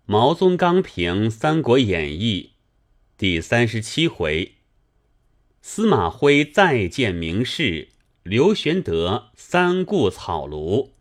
毛宗刚评《三国演义》第37回，司马徽再见名士，刘玄德三顾草庐。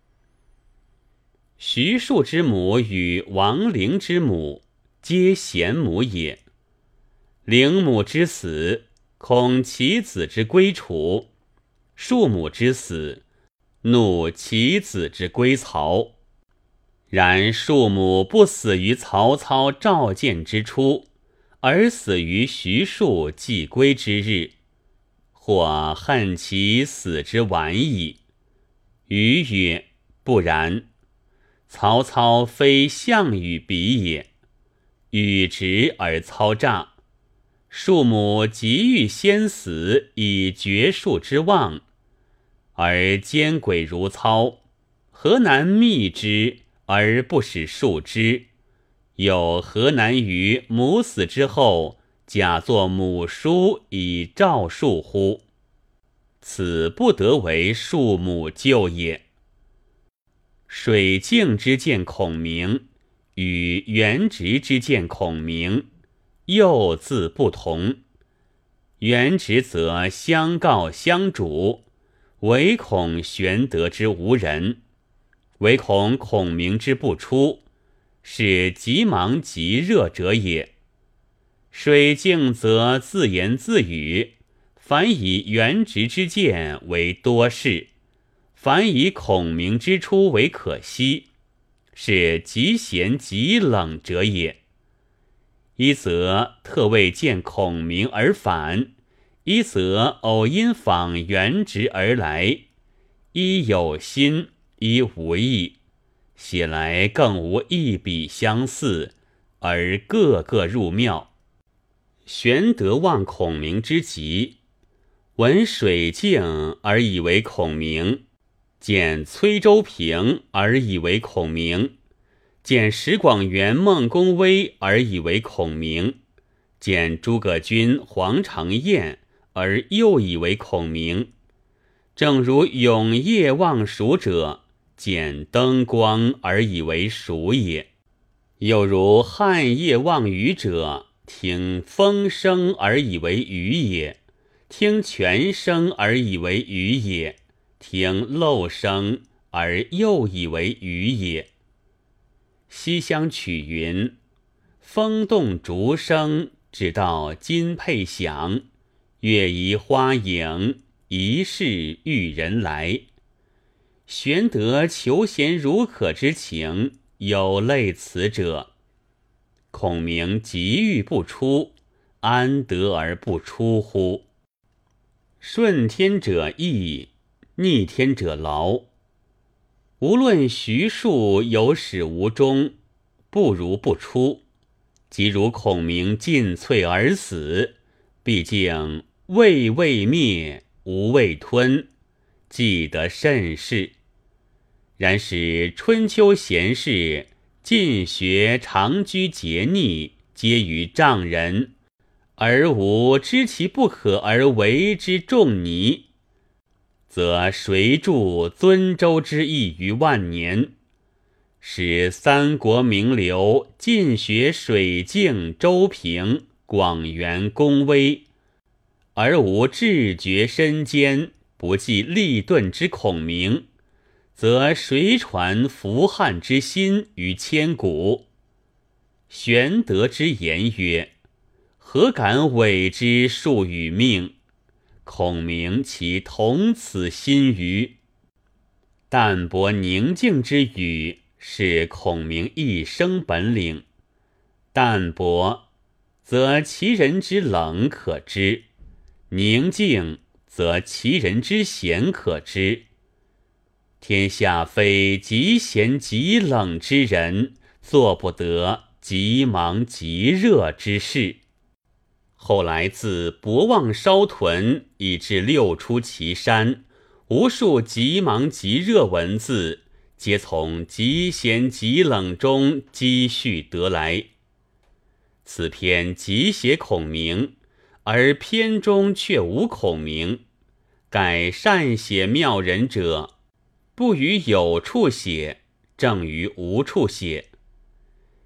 徐庶之母与王陵之母，皆贤母也。陵母之死，恐其子之归楚；庶母之死，怒其子之归曹。然庶母不死于曹操召见之初，而死于徐庶既归之日，或恨其死之晚矣。余曰：不然。曹操非项羽比也，羽直而操诈。庶母急欲先死以绝庶之望，而奸诡如操，何难密之而不使庶之？又何难于母死之后，假作母书以召庶乎？此不得为庶母救也。水镜之见孔明，与元直之见孔明，又自不同。元直则相告相主，唯恐玄德之无人，唯恐孔明之不出，是急忙急热者也。水镜则自言自语，凡以元直之见为多事，凡以孔明之出为可惜，是极贤极冷者也。一则特为见孔明而返，一则偶因访元直而来，一有心，一无意，写来更无一笔相似，而个个入妙。玄德望孔明之急，闻水镜而以为孔明，见崔州平而以为孔明，见石广元、孟公威而以为孔明，见诸葛均、黄承彦而又以为孔明。正如永夜望蜀者，见灯光而以为蜀也；又如汉夜望雨者，听风声而以为雨也，听泉声而以为雨也，听漏声而又以为雨也。西厢曲云：风动竹声，直到金佩响；月移花影，疑是遇人来。玄德求贤如渴之情，有类此者。孔明急欲不出，安得而不出乎？顺天者易，逆天者劳。无论徐庶有始无终，不如不出。即如孔明尽瘁而死，毕竟未灭，无未吞，既得甚是。然使春秋贤士尽学长居节逆，皆于丈人，而无知其不可而为之仲尼，则谁助尊周之意于万年？使三国名流尽学水镜、周平、广元、公威，而无智觉身兼，不计利钝之孔明，则谁传扶汉之心于千古？玄德之言曰：何敢违之数与命？孔明其同此心于？淡泊宁静之语，是孔明一生本领。淡泊，则其人之冷可知；宁静，则其人之贤可知。天下非极贤极冷之人，做不得急忙急热之事。后来自博望烧屯以至六出祁山，无数急忙急热文字，皆从极贤极冷中积蓄得来。此篇极写孔明，而篇中却无孔明，盖善写妙人者，不于有处写，正于无处写。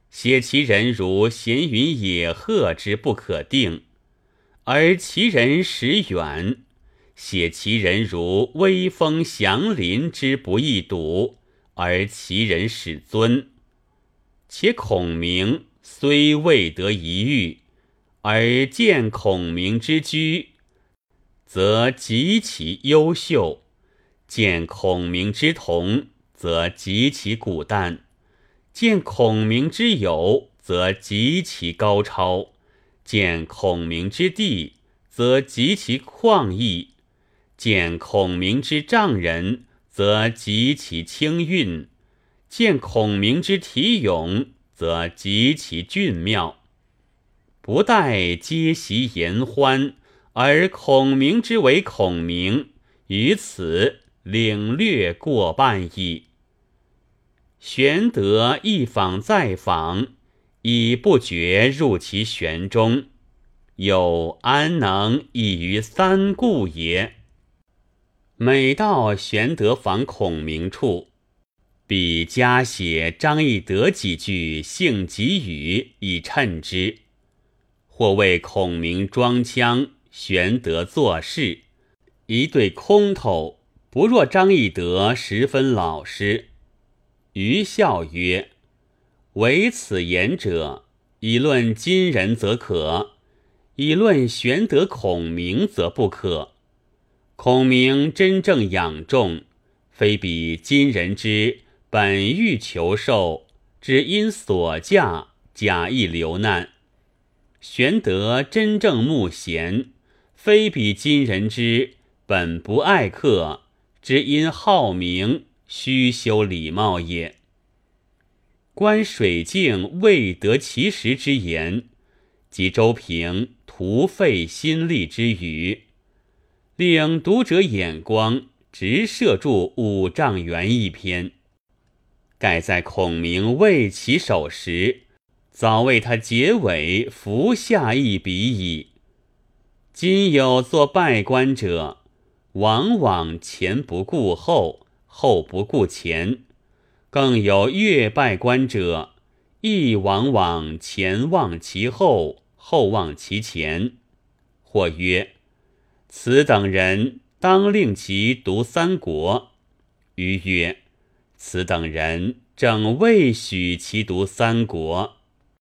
写其人如闲云野鹤之不可定，而其人实远；写其人如微风祥林之不易睹，而其人始尊。且孔明虽未得一遇，而见孔明之居，则极其优秀；见孔明之同，则极其古淡；见孔明之友，则极其高超；见孔明之地，则极其旷逸；见孔明之丈人，则极其清韵；见孔明之体勇，则极其俊妙。不待皆习言欢，而孔明之为孔明，于此领略过半矣。玄德一访再访，已不觉入其玄中，又安能异于三顾也？每到玄德访孔明处，必加写张翼德几句性急语以衬之，或为孔明装腔，玄德作势，一对空头，不若张翼德十分老实。余笑曰：唯此言者，以论今人则可，以论玄德孔明则不可。孔明真正养众，非比今人之本欲求寿，只因所嫁，假意流难。玄德真正慕贤，非比今人之本不爱客，只因好名，虚修礼貌也。观水镜未得其时之言，及周平徒费心力之语，令读者眼光直射注五丈原一篇。盖在孔明为其首时，早为他结尾伏下一笔矣。今有作拜官者，往往前不顾后，后不顾前；更有越拜官者，亦往往前望其后，后望其前。或曰：此等人当令其读三国。余曰：此等人正未许其读三国。